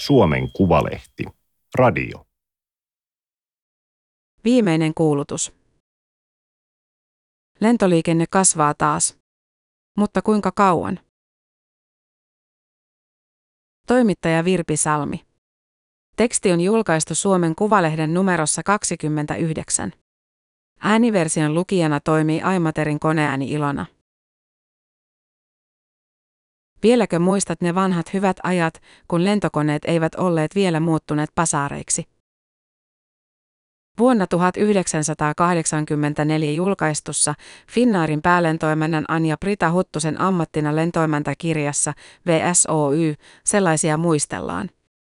Suomen Kuvalehti. Radio. Viimeinen kuulutus. Lentoliikenne kasvaa taas. Mutta kuinka kauan? Toimittaja Virpi Salmi. Teksti on julkaistu Suomen Kuvalehden numerossa 29. Ääniversion lukijana toimii Aimaterin koneääni Ilona. Vieläkö muistat ne vanhat hyvät ajat, kun lentokoneet eivät olleet vielä muuttuneet pasaareiksi? Vuonna 1984 julkaistussa Finnairin päälentoemännän Anja-Brita Huttusen ammattina lentoemäntäkirjassa VSOY sellaisia muistellaan.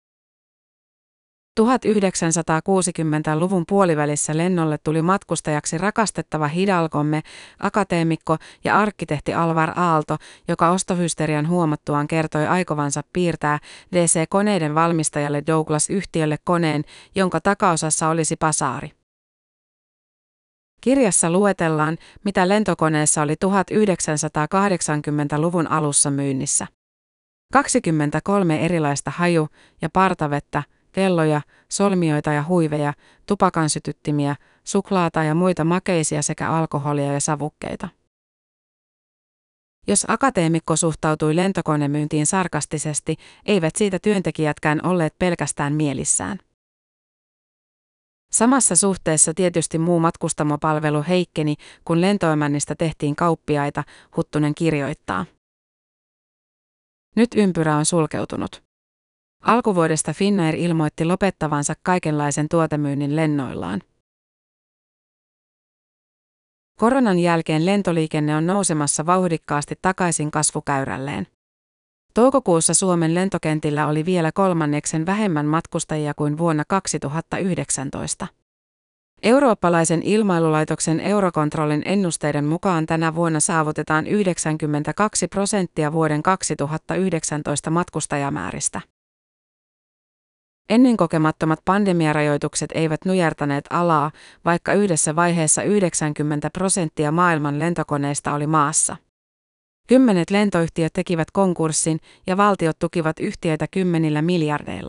1960-luvun puolivälissä lennolle tuli matkustajaksi rakastettava hidalgomme, akateemikko ja arkkitehti Alvar Aalto, joka ostohysterian huomattuaan kertoi aikovansa piirtää DC-koneiden valmistajalle Douglas-yhtiölle koneen, jonka takaosassa olisi pasaari. Kirjassa luetellaan, mitä lentokoneessa oli 1980-luvun alussa myynnissä. 23 erilaista haju- ja partavettä, kelloja, solmioita ja huiveja, tupakansytyttimiä, suklaata ja muita makeisia sekä alkoholia ja savukkeita. Jos akateemikko suhtautui lentokonemyyntiin sarkastisesti, eivät siitä työntekijätkään olleet pelkästään mielissään. Samassa suhteessa tietysti muu matkustamopalvelu heikkeni, kun lentoemännistä tehtiin kauppiaita, Huttunen kirjoittaa. Nyt ympyrä on sulkeutunut. Alkuvuodesta Finnair ilmoitti lopettavansa kaikenlaisen tuotemyynnin lennoillaan. Koronan jälkeen lentoliikenne on nousemassa vauhdikkaasti takaisin kasvukäyrälleen. Toukokuussa Suomen lentokentillä oli vielä 1/3 vähemmän matkustajia kuin vuonna 2019. Eurooppalaisen ilmailulaitoksen Eurocontrolin ennusteiden mukaan tänä vuonna saavutetaan 92% vuoden 2019 matkustajamääristä. Ennenkokemattomat pandemiarajoitukset eivät nujertaneet alaa, vaikka yhdessä vaiheessa 90% maailman lentokoneista oli maassa. 10 lentoyhtiöt tekivät konkurssin ja valtiot tukivat yhtiöitä 10 miljardeilla.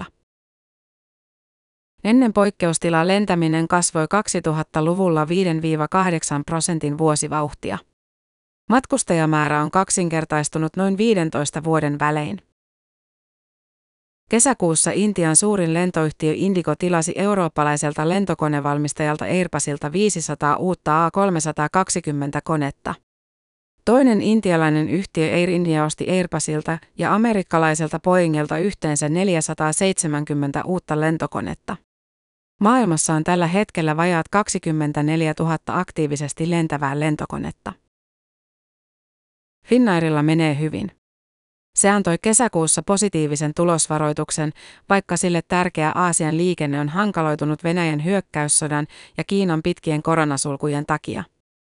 Ennen poikkeustilaa lentäminen kasvoi 2000-luvulla 5–8% vuosivauhtia. Matkustajamäärä on kaksinkertaistunut noin 15 vuoden välein. Kesäkuussa Intian suurin lentoyhtiö Indigo tilasi eurooppalaiselta lentokonevalmistajalta Airbusilta 500 uutta A320-konetta. Toinen intialainen yhtiö Air India osti Airbusilta ja amerikkalaiselta Boeingilta yhteensä 470 uutta lentokonetta. Maailmassa on tällä hetkellä vajaat 24 000 aktiivisesti lentävää lentokonetta. Finnairilla menee hyvin. Se antoi kesäkuussa positiivisen tulosvaroituksen, vaikka sille tärkeä Aasian liikenne on hankaloitunut Venäjän hyökkäyssodan ja Kiinan pitkien koronasulkujen takia.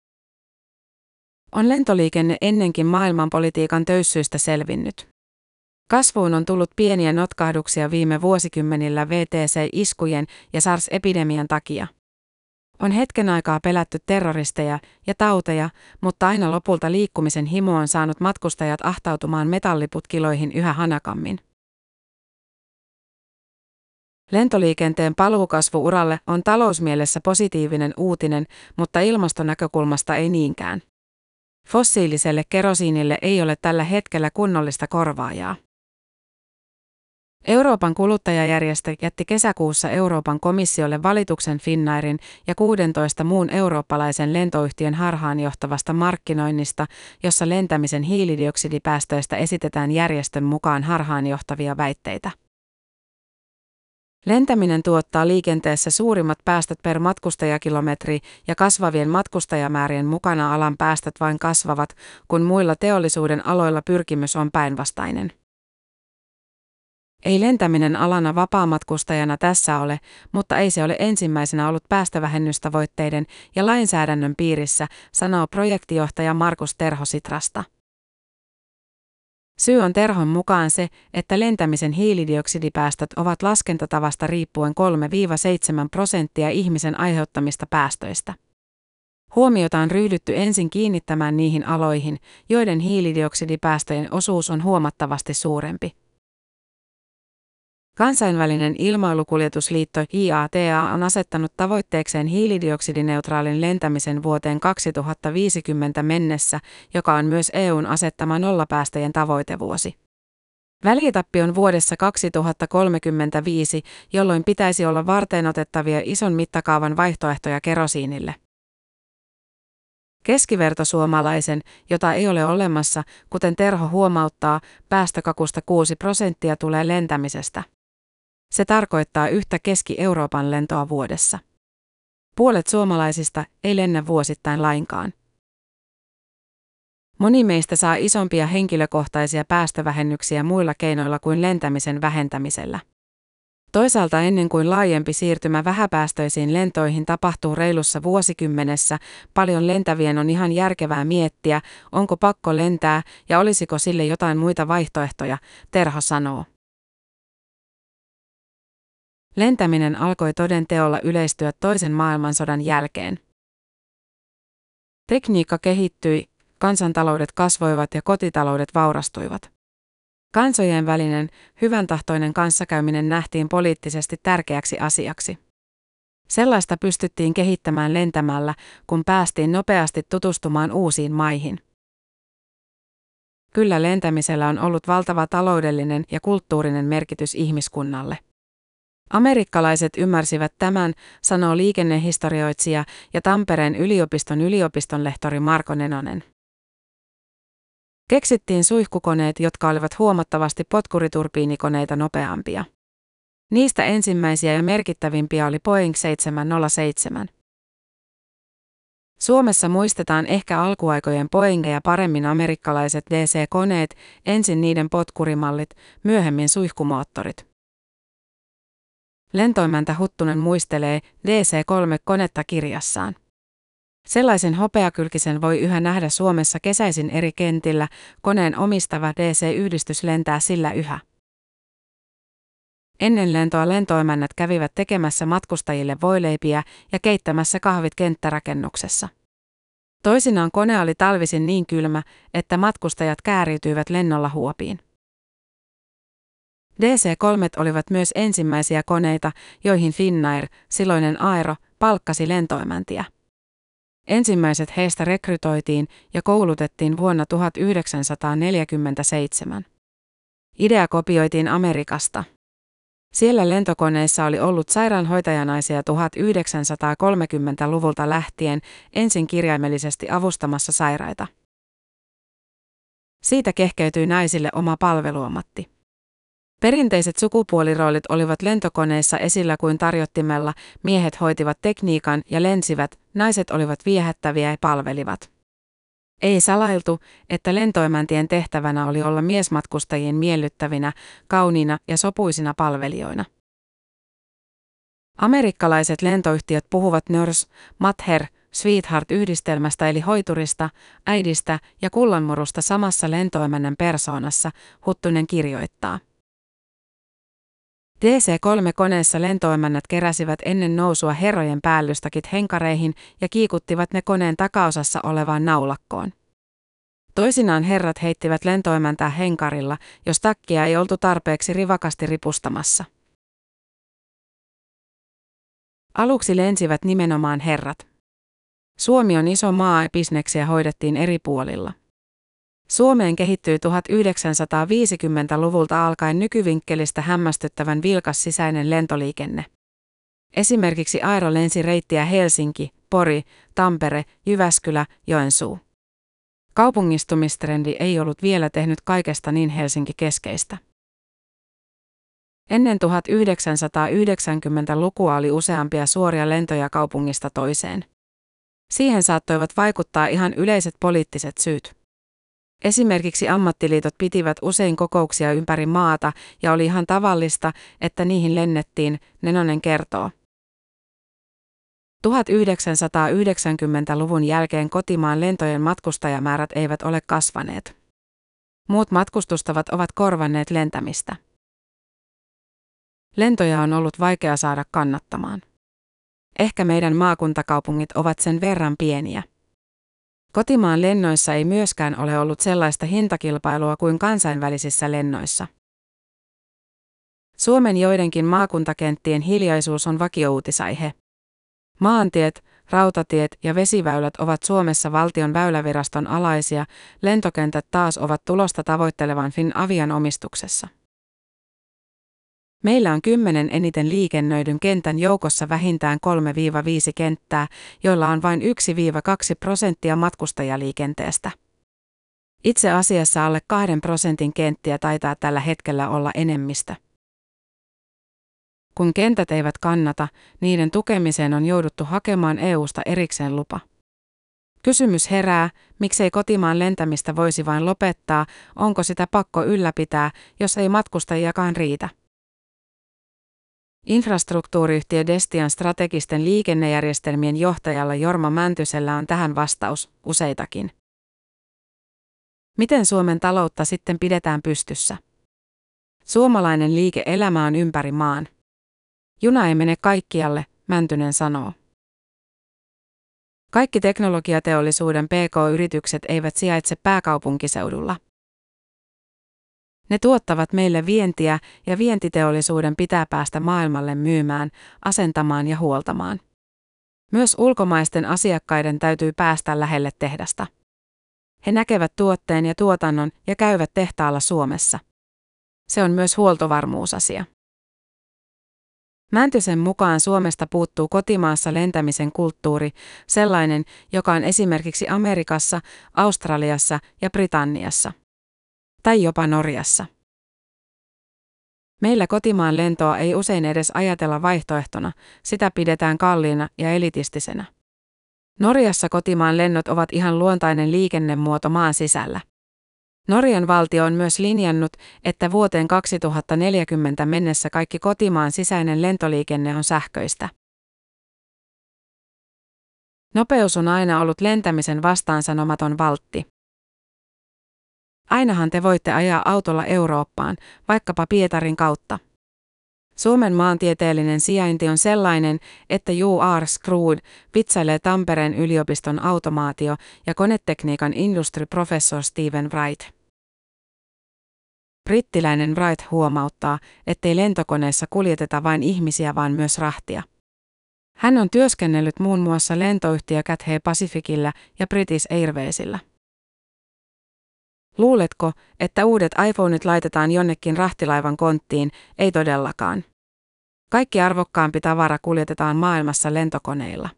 On lentoliikenne ennenkin maailmanpolitiikan töyssyistä selvinnyt. Kasvuun on tullut pieniä notkahduksia viime vuosikymmenillä VTC-iskujen ja SARS-epidemian takia. On hetken aikaa pelätty terroristeja ja tauteja, mutta aina lopulta liikkumisen himo on saanut matkustajat ahtautumaan metalliputkiloihin yhä hanakammin. Lentoliikenteen paluukasvu-uralle on talousmielessä positiivinen uutinen, mutta ilmastonäkökulmasta ei niinkään. Fossiiliselle kerosiinille ei ole tällä hetkellä kunnollista korvaajaa. Euroopan kuluttajajärjestö jätti kesäkuussa Euroopan komissiolle valituksen Finnairin ja 16 muun eurooppalaisen lentoyhtiön harhaanjohtavasta markkinoinnista, jossa lentämisen hiilidioksidipäästöistä esitetään järjestön mukaan harhaanjohtavia väitteitä. Lentäminen tuottaa liikenteessä suurimmat päästöt per matkustajakilometri ja kasvavien matkustajamäärien mukana alan päästöt vain kasvavat, kun muilla teollisuuden aloilla pyrkimys on päinvastainen. Ei lentäminen alana vapaamatkustajana tässä ole, mutta ei se ole ensimmäisenä ollut päästövähennystavoitteiden ja lainsäädännön piirissä, sanoo projektijohtaja Markus Terho Sitrasta. Syy on Terhon mukaan se, että lentämisen hiilidioksidipäästöt ovat laskentatavasta riippuen 3–7% ihmisen aiheuttamista päästöistä. Huomiota on ryhdytty ensin kiinnittämään niihin aloihin, joiden hiilidioksidipäästöjen osuus on huomattavasti suurempi. Kansainvälinen ilmailukuljetusliitto IATA on asettanut tavoitteekseen hiilidioksidineutraalin lentämisen vuoteen 2050 mennessä, joka on myös EU:n asettama nollapäästöjen tavoitevuosi. Välietappi on vuodessa 2035, jolloin pitäisi olla varteenotettavia ison mittakaavan vaihtoehtoja kerosiinille. Keskivertosuomalaisen, jota ei ole olemassa, kuten Terho huomauttaa, päästökakusta 6% tulee lentämisestä. Se tarkoittaa yhtä Keski-Euroopan lentoa vuodessa. Puolet suomalaisista ei lennä vuosittain lainkaan. Moni meistä saa isompia henkilökohtaisia päästövähennyksiä muilla keinoilla kuin lentämisen vähentämisellä. Toisaalta ennen kuin laajempi siirtymä vähäpäästöisiin lentoihin tapahtuu reilussa vuosikymmenessä, paljon lentävien on ihan järkevää miettiä, onko pakko lentää ja olisiko sille jotain muita vaihtoehtoja, Terho sanoo. Lentäminen alkoi toden teolla yleistyä toisen maailmansodan jälkeen. Tekniikka kehittyi, kansantaloudet kasvoivat ja kotitaloudet vaurastuivat. Kansojen välinen, hyväntahtoinen kanssakäyminen nähtiin poliittisesti tärkeäksi asiaksi. Sellaista pystyttiin kehittämään lentämällä, kun päästiin nopeasti tutustumaan uusiin maihin. Kyllä lentämisellä on ollut valtava taloudellinen ja kulttuurinen merkitys ihmiskunnalle. Amerikkalaiset ymmärsivät tämän, sanoo liikennehistorioitsija ja Tampereen yliopiston yliopistonlehtori Marko Nenonen. Keksittiin suihkukoneet, jotka olivat huomattavasti potkuriturbiinikoneita nopeampia. Niistä ensimmäisiä ja merkittävimpiä oli Boeing 707. Suomessa muistetaan ehkä alkuaikojen Boeingeja paremmin amerikkalaiset DC-koneet, ensin niiden potkurimallit, myöhemmin suihkumoottorit. Lentoimäntä Huttunen muistelee DC-3-konetta kirjassaan. Sellaisen hopeakylkisen voi yhä nähdä Suomessa kesäisin eri kentillä, koneen omistava DC-yhdistys lentää sillä yhä. Ennen lentoa lentoemännät kävivät tekemässä matkustajille voileipiä ja keittämässä kahvit kenttärakennuksessa. Toisinaan kone oli talvisin niin kylmä, että matkustajat kääriytyivät lennolla huopiin. DC-3 olivat myös ensimmäisiä koneita, joihin Finnair, silloinen Aero, palkkasi lentoemäntiä. Ensimmäiset heistä rekrytoitiin ja koulutettiin vuonna 1947. Idea kopioitiin Amerikasta. Siellä lentokoneissa oli ollut sairaanhoitajanaisia 1930-luvulta lähtien ensin kirjaimellisesti avustamassa sairaita. Siitä kehkeytyi naisille oma palveluammatti. Perinteiset sukupuoliroolit olivat lentokoneissa esillä kuin tarjottimella, miehet hoitivat tekniikan ja lensivät, naiset olivat viehättäviä ja palvelivat. Ei salailtu, että lentoemäntien tehtävänä oli olla miesmatkustajien miellyttävinä, kauniina ja sopuisina palvelijoina. Amerikkalaiset lentoyhtiöt puhuvat nurse, mother, sweetheart-yhdistelmästä eli hoiturista, äidistä ja kullanmurusta samassa lentoemännän persoonassa, Huttunen kirjoittaa. DC-3-koneessa lentoemännät keräsivät ennen nousua herrojen päällystakit henkareihin ja kiikuttivat ne koneen takaosassa olevaan naulakkoon. Toisinaan herrat heittivät lentoemäntää henkarilla, jos takkia ei oltu tarpeeksi rivakasti ripustamassa. Aluksi lensivät nimenomaan herrat. Suomi on iso maa ja bisneksiä hoidettiin eri puolilla. Suomeen kehittyi 1950-luvulta alkaen nykyvinkkelistä hämmästyttävän vilkas sisäinen lentoliikenne. Esimerkiksi Aero lensi reittiä Helsinki, Pori, Tampere, Jyväskylä, Joensuu. Kaupungistumistrendi ei ollut vielä tehnyt kaikesta niin Helsinki-keskeistä. Ennen 1990-lukua oli useampia suoria lentoja kaupungista toiseen. Siihen saattoivat vaikuttaa ihan yleiset poliittiset syyt. Esimerkiksi ammattiliitot pitivät usein kokouksia ympäri maata ja oli ihan tavallista, että niihin lennettiin, Nenonen kertoo. 1990-luvun jälkeen kotimaan lentojen matkustajamäärät eivät ole kasvaneet. Muut matkustustavat ovat korvanneet lentämistä. Lentoja on ollut vaikea saada kannattamaan. Ehkä meidän maakuntakaupungit ovat sen verran pieniä. Kotimaan lennoissa ei myöskään ole ollut sellaista hintakilpailua kuin kansainvälisissä lennoissa. Suomen joidenkin maakuntakenttien hiljaisuus on vakiouutisaihe. Maantiet, rautatiet ja vesiväylät ovat Suomessa valtion väyläviraston alaisia, lentokentät taas ovat tulosta tavoittelevan Finavian omistuksessa. Meillä on 10 eniten liikennöidyn kentän joukossa vähintään 3-5 kenttää, joilla on vain 1-2% matkustajaliikenteestä. Itse asiassa alle 2% kenttiä taitaa tällä hetkellä olla enemmistö. Kun kentät eivät kannata, niiden tukemiseen on jouduttu hakemaan EU:sta erikseen lupa. Kysymys herää, miksei kotimaan lentämistä voisi vain lopettaa, onko sitä pakko ylläpitää, jos ei matkustajiakaan riitä. Infrastruktuuriyhtiö Destian strategisten liikennejärjestelmien johtajalla Jorma Mäntysellä on tähän vastaus, useitakin. Miten Suomen taloutta sitten pidetään pystyssä? Suomalainen liike-elämä on ympäri maan. Juna ei mene kaikkialle, Mäntynen sanoo. Kaikki teknologiateollisuuden PK-yritykset eivät sijaitse pääkaupunkiseudulla. Ne tuottavat meille vientiä ja vientiteollisuuden pitää päästä maailmalle myymään, asentamaan ja huoltamaan. Myös ulkomaisten asiakkaiden täytyy päästä lähelle tehdasta. He näkevät tuotteen ja tuotannon ja käyvät tehtaalla Suomessa. Se on myös huoltovarmuusasia. Mäntysen mukaan Suomesta puuttuu kotimaassa lentämisen kulttuuri, sellainen, joka on esimerkiksi Amerikassa, Australiassa ja Britanniassa. Tai jopa Norjassa. Meillä kotimaan lentoa ei usein edes ajatella vaihtoehtona, sitä pidetään kalliina ja elitistisenä. Norjassa kotimaan lennot ovat ihan luontainen liikennemuoto maan sisällä. Norjan valtio on myös linjannut, että vuoteen 2040 mennessä kaikki kotimaan sisäinen lentoliikenne on sähköistä. Nopeus on aina ollut lentämisen vastaansanomaton valtti. Ainahan te voitte ajaa autolla Eurooppaan, vaikkapa Pietarin kautta. Suomen maantieteellinen sijainti on sellainen, että you are screwed, vitsailee Tampereen yliopiston automaatio- ja konetekniikan industry professor Stephen Wright. Brittiläinen Wright huomauttaa, ettei lentokoneessa kuljeteta vain ihmisiä vaan myös rahtia. Hän on työskennellyt muun muassa lentoyhtiö Cathay Pacificillä ja British Airwaysilla. Luuletko, että uudet iPhoneit laitetaan jonnekin rahtilaivan konttiin? Ei todellakaan. Kaikki arvokkaampi tavara kuljetetaan maailmassa lentokoneilla.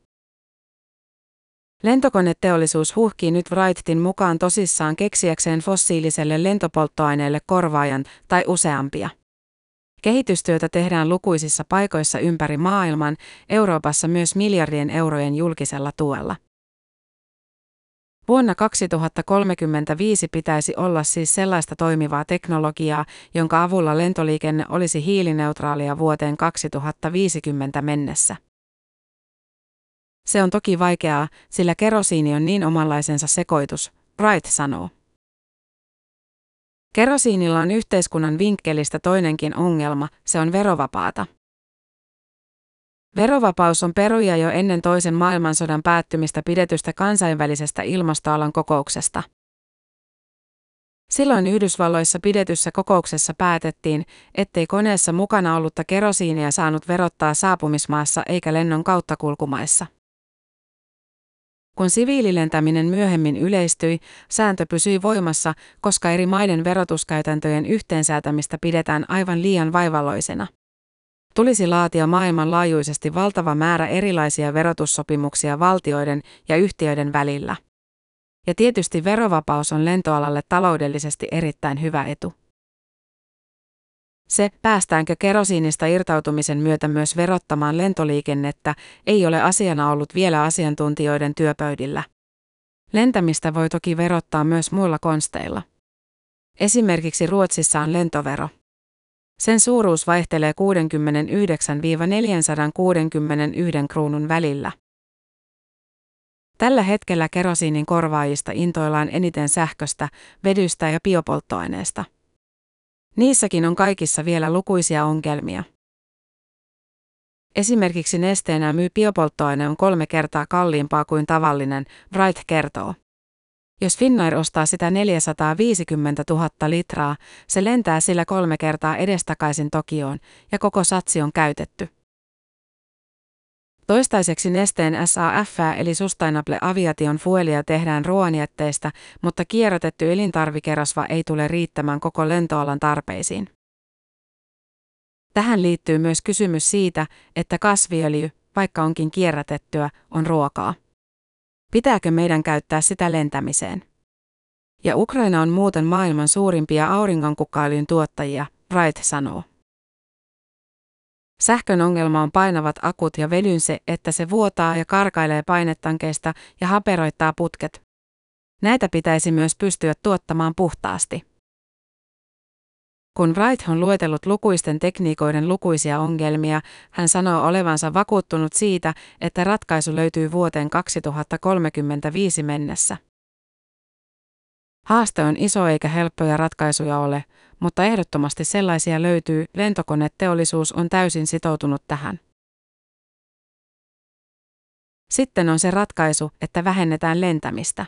Lentokoneteollisuus huhkii nyt Wrightin mukaan tosissaan keksiäkseen fossiiliselle lentopolttoaineelle korvaajan tai useampia. Kehitystyötä tehdään lukuisissa paikoissa ympäri maailman, Euroopassa myös miljardien eurojen julkisella tuella. Vuonna 2035 pitäisi olla siis sellaista toimivaa teknologiaa, jonka avulla lentoliikenne olisi hiilineutraalia vuoteen 2050 mennessä. Se on toki vaikeaa, sillä kerosiini on niin omanlaisensa sekoitus, Wright sanoo. Kerosiinilla on yhteiskunnan vinkkelistä toinenkin ongelma, se on verovapaata. Verovapaus on peruja jo ennen toisen maailmansodan päättymistä pidetystä kansainvälisestä ilmastoalan kokouksesta. Silloin Yhdysvalloissa pidetyssä kokouksessa päätettiin, ettei koneessa mukana ollutta kerosiinia saanut verottaa saapumismaassa eikä lennon kauttakulkumaissa. Kun siviililentäminen myöhemmin yleistyi, sääntö pysyi voimassa, koska eri maiden verotuskäytäntöjen yhteensäätämistä pidetään aivan liian vaivalloisena. Tulisi laatia maailmanlaajuisesti valtava määrä erilaisia verotussopimuksia valtioiden ja yhtiöiden välillä. Ja tietysti verovapaus on lentoalalle taloudellisesti erittäin hyvä etu. Se, päästäänkö kerosiinista irtautumisen myötä myös verottamaan lentoliikennettä, ei ole asiana ollut vielä asiantuntijoiden työpöydillä. Lentämistä voi toki verottaa myös muilla konsteilla. Esimerkiksi Ruotsissa on lentovero. Sen suuruus vaihtelee 69–461 kruunun välillä. Tällä hetkellä kerosiinin korvaajista intoillaan eniten sähköstä, vedystä ja biopolttoaineesta. Niissäkin on kaikissa vielä lukuisia ongelmia. Esimerkiksi Nesteenä biopolttoaine on 3 kertaa kalliimpaa kuin tavallinen, Wright kertoo. Jos Finnair ostaa sitä 450 000 litraa, se lentää sillä 3 kertaa edestakaisin Tokioon, ja koko satsi on käytetty. Toistaiseksi Nesteen SAF eli Sustainable Aviation Fuelia tehdään ruoanjätteistä, mutta kierrätetty elintarvikerasva ei tule riittämään koko lentoalan tarpeisiin. Tähän liittyy myös kysymys siitä, että kasviöljy, vaikka onkin kierrätettyä, on ruokaa. Pitääkö meidän käyttää sitä lentämiseen? Ja Ukraina on muuten maailman suurimpia auringonkukkaöljyn tuottajia, Wright sanoo. Sähkön ongelma on painavat akut ja vedyn se, että se vuotaa ja karkailee painetankeista ja haperoittaa putket. Näitä pitäisi myös pystyä tuottamaan puhtaasti. Kun Wright on luetellut lukuisten tekniikoiden lukuisia ongelmia, hän sanoo olevansa vakuuttunut siitä, että ratkaisu löytyy vuoteen 2035 mennessä. Haaste on iso eikä helppoja ratkaisuja ole, mutta ehdottomasti sellaisia löytyy, lentokoneteollisuus on täysin sitoutunut tähän. Sitten on se ratkaisu, että vähennetään lentämistä.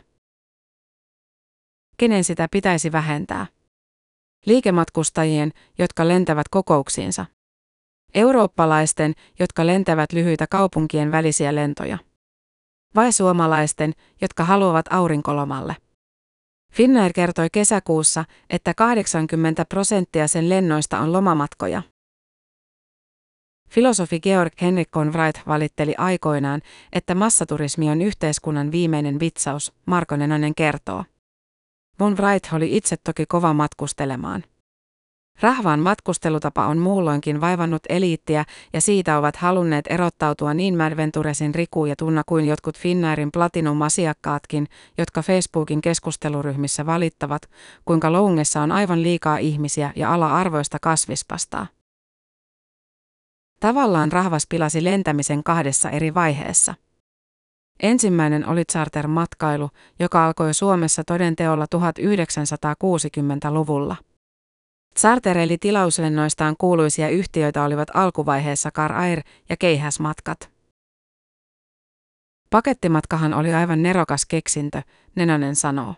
Kenen sitä pitäisi vähentää? Liikematkustajien, jotka lentävät kokouksiinsa. Eurooppalaisten, jotka lentävät lyhyitä kaupunkien välisiä lentoja. Vai suomalaisten, jotka haluavat aurinkolomalle. Finnair kertoi kesäkuussa, että 80% sen lennoista on lomamatkoja. Filosofi Georg Henrik von Wright valitteli aikoinaan, että massaturismi on yhteiskunnan viimeinen vitsaus, Marko Nenonen kertoo. Von Wright oli itse toki kova matkustelemaan. Rahvaan matkustelutapa on muulloinkin vaivannut eliittiä ja siitä ovat halunneet erottautua niin Mad Venturesin Riku ja Tunna kuin jotkut Finnairin Platinum-asiakkaatkin, jotka Facebookin keskusteluryhmissä valittavat, kuinka Loungessa on aivan liikaa ihmisiä ja ala-arvoista kasvispastaa. Tavallaan rahvas pilasi lentämisen 2 eri vaiheessa. Ensimmäinen oli charter-matkailu, joka alkoi Suomessa toden teolla 1960-luvulla. Charter eli tilauslennoistaan kuuluisia yhtiöitä olivat alkuvaiheessa Car Air ja Keihäsmatkat. Pakettimatkahan oli aivan nerokas keksintö, Nenonen sanoo.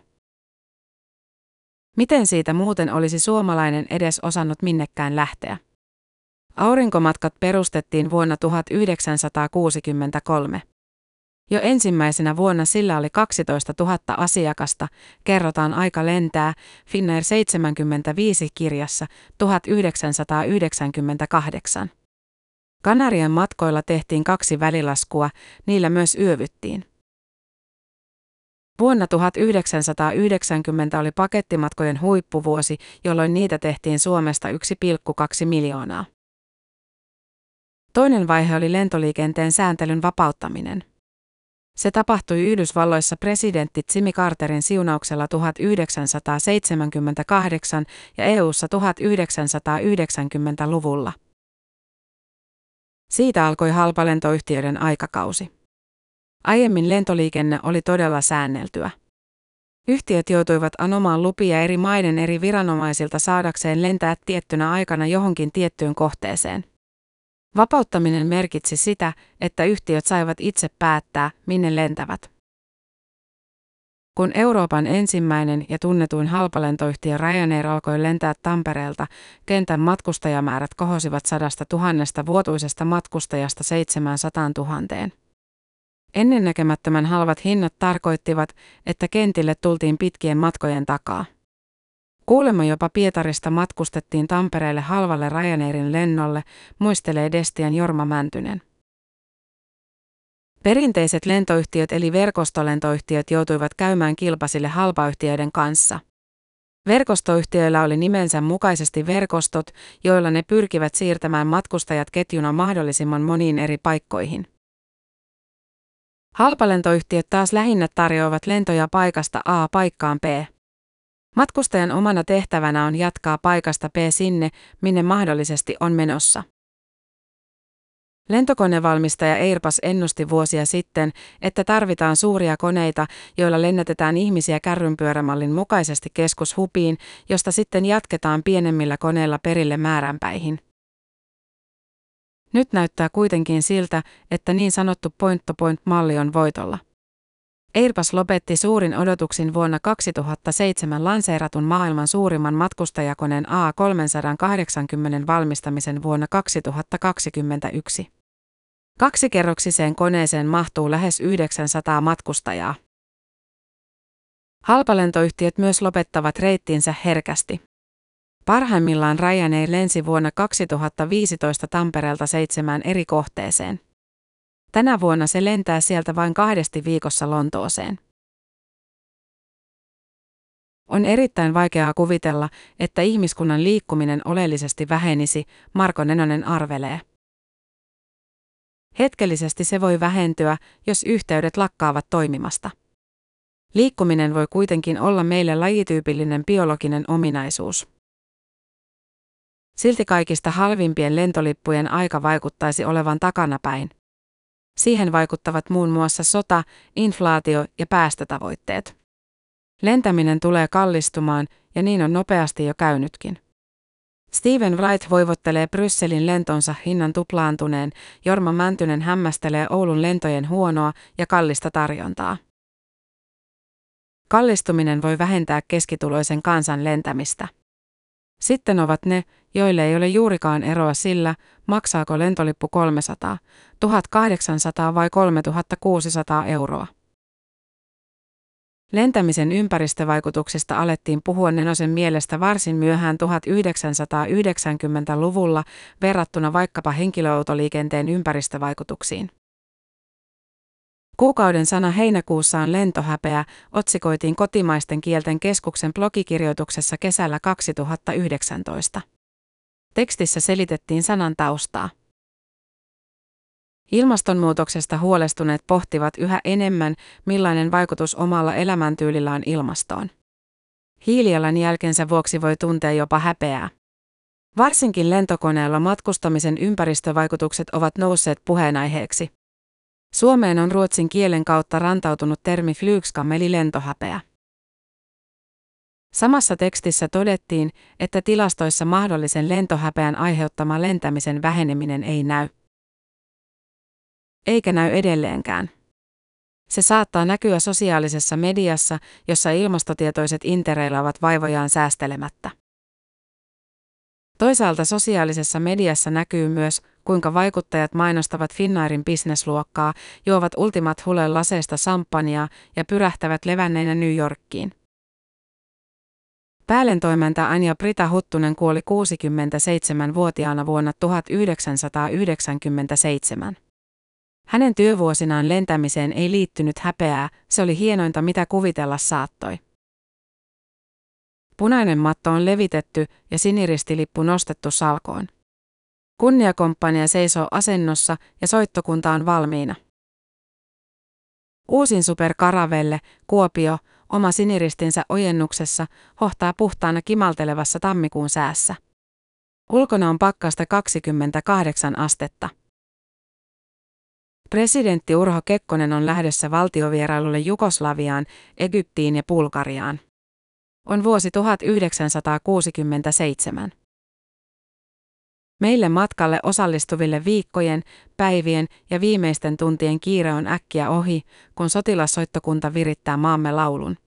Miten siitä muuten olisi suomalainen edes osannut minnekään lähteä? Aurinkomatkat perustettiin vuonna 1963. Jo ensimmäisenä vuonna sillä oli 12 000 asiakasta, kerrotaan Aika lentää, Finnair 75 kirjassa 1998. Kanarian matkoilla tehtiin 2 välilaskua, niillä myös yövyttiin. Vuonna 1990 oli pakettimatkojen huippuvuosi, jolloin niitä tehtiin Suomesta 1,2 miljoonaa. Toinen vaihe oli lentoliikenteen sääntelyn vapauttaminen. Se tapahtui Yhdysvalloissa presidentti Jimmy Carterin siunauksella 1978 ja EU:ssa 1990-luvulla. Siitä alkoi halpalentoyhtiöiden aikakausi. Aiemmin lentoliikenne oli todella säänneltyä. Yhtiöt joutuivat anomaan lupia eri maiden eri viranomaisilta saadakseen lentää tiettynä aikana johonkin tiettyyn kohteeseen. Vapauttaminen merkitsi sitä, että yhtiöt saivat itse päättää, minne lentävät. Kun Euroopan ensimmäinen ja tunnetuin halpalentoyhtiö Ryanair alkoi lentää Tampereelta, kentän matkustajamäärät kohosivat 100 000 vuotuisesta matkustajasta 700 000. Ennennäkemättömän halvat hinnat tarkoittivat, että kentille tultiin pitkien matkojen takaa. Kuulemma jopa Pietarista matkustettiin Tampereelle halvalle Ryanairin lennolle, muistelee Destian Jorma Mäntynen. Perinteiset lentoyhtiöt eli verkostolentoyhtiöt joutuivat käymään kilpasille halpayhtiöiden kanssa. Verkostoyhtiöillä oli nimensä mukaisesti verkostot, joilla ne pyrkivät siirtämään matkustajat ketjuna mahdollisimman moniin eri paikkoihin. Halpalentoyhtiöt taas lähinnä tarjoavat lentoja paikasta A paikkaan B. Matkustajan omana tehtävänä on jatkaa paikasta B sinne, minne mahdollisesti on menossa. Lentokonevalmistaja Airbus ennusti vuosia sitten, että tarvitaan suuria koneita, joilla lennätetään ihmisiä kärrynpyörämallin mukaisesti keskushubiin, josta sitten jatketaan pienemmillä koneilla perille määränpäihin. Nyt näyttää kuitenkin siltä, että niin sanottu point-to-point-malli on voitolla. Airbus lopetti suurin odotuksin vuonna 2007 lanseeratun maailman suurimman matkustajakoneen A380 valmistamisen vuonna 2021. Kaksikerroksiseen koneeseen mahtuu lähes 900 matkustajaa. Halpalentoyhtiöt myös lopettavat reittinsä herkästi. Parhaimmillaan Ryanair lensi vuonna 2015 Tampereelta 7 eri kohteeseen. Tänä vuonna se lentää sieltä vain 2 viikossa Lontooseen. On erittäin vaikeaa kuvitella, että ihmiskunnan liikkuminen oleellisesti vähenisi, Marko Nenonen arvelee. Hetkellisesti se voi vähentyä, jos yhteydet lakkaavat toimimasta. Liikkuminen voi kuitenkin olla meille lajityypillinen biologinen ominaisuus. Silti kaikista halvimpien lentolippujen aika vaikuttaisi olevan takanapäin. Siihen vaikuttavat muun muassa sota, inflaatio ja päästötavoitteet. Lentäminen tulee kallistumaan, ja niin on nopeasti jo käynytkin. Stephen Wright voivottelee Brysselin lentonsa hinnan tuplaantuneen, Jorma Mäntynen hämmästelee Oulun lentojen huonoa ja kallista tarjontaa. Kallistuminen voi vähentää keskituloisen kansan lentämistä. Sitten ovat ne, joille ei ole juurikaan eroa sillä, maksaako lentolippu 300, 1800 vai 3600 euroa. Lentämisen ympäristövaikutuksista alettiin puhua Nenosen mielestä varsin myöhään 1990-luvulla verrattuna vaikkapa henkilöautoliikenteen ympäristövaikutuksiin. Kuukauden sana heinäkuussa on lentohäpeä, otsikoitiin Kotimaisten kielten keskuksen blogikirjoituksessa kesällä 2019. Tekstissä selitettiin sanan taustaa. Ilmastonmuutoksesta huolestuneet pohtivat yhä enemmän, millainen vaikutus omalla elämäntyylillä on ilmastoon. Hiilijalanjälkensä vuoksi voi tuntea jopa häpeää. Varsinkin lentokoneella matkustamisen ympäristövaikutukset ovat nousseet puheenaiheeksi. Suomeen on ruotsin kielen kautta rantautunut termi flygskam eli lentohäpeä. Samassa tekstissä todettiin, että tilastoissa mahdollisen lentohäpeän aiheuttama lentämisen väheneminen ei näy. Eikä näy edelleenkään. Se saattaa näkyä sosiaalisessa mediassa, jossa ilmastotietoiset intereilaavat vaivojaan säästelemättä. Toisaalta sosiaalisessa mediassa näkyy myös, kuinka vaikuttajat mainostavat Finnairin bisnesluokkaa, juovat Ultimat Hulen laseista samppanjaa ja pyrähtävät levänneinä New Yorkiin. Päälentoimentaja Anja-Brita Huttunen kuoli 67-vuotiaana vuonna 1997. Hänen työvuosinaan lentämiseen ei liittynyt häpeää, se oli hienointa mitä kuvitella saattoi. Punainen matto on levitetty ja siniristilippu nostettu salkoon. Kunniakomppania seisoo asennossa ja soittokunta on valmiina. Uusin Super Caravelle, Kuopio, oma siniristinsä ojennuksessa, hohtaa puhtaana kimaltelevassa tammikuun säässä. Ulkona on pakkasta 28 astetta. Presidentti Urho Kekkonen on lähdössä valtiovierailulle Jugoslaviaan, Egyptiin ja Bulgariaan. On vuosi 1967. Meille matkalle osallistuville viikkojen, päivien ja viimeisten tuntien kiire on äkkiä ohi, kun sotilassoittokunta virittää maamme laulun.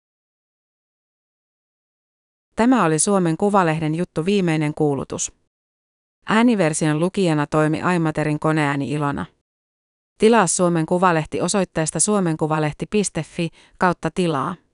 Tämä oli Suomen Kuvalehden juttu viimeinen kuulutus. Ääniversion lukijana toimi Aimaterin koneääni Ilona. Tilaa Suomen Kuvalehti osoitteesta suomenkuvalehti.fi/tilaa.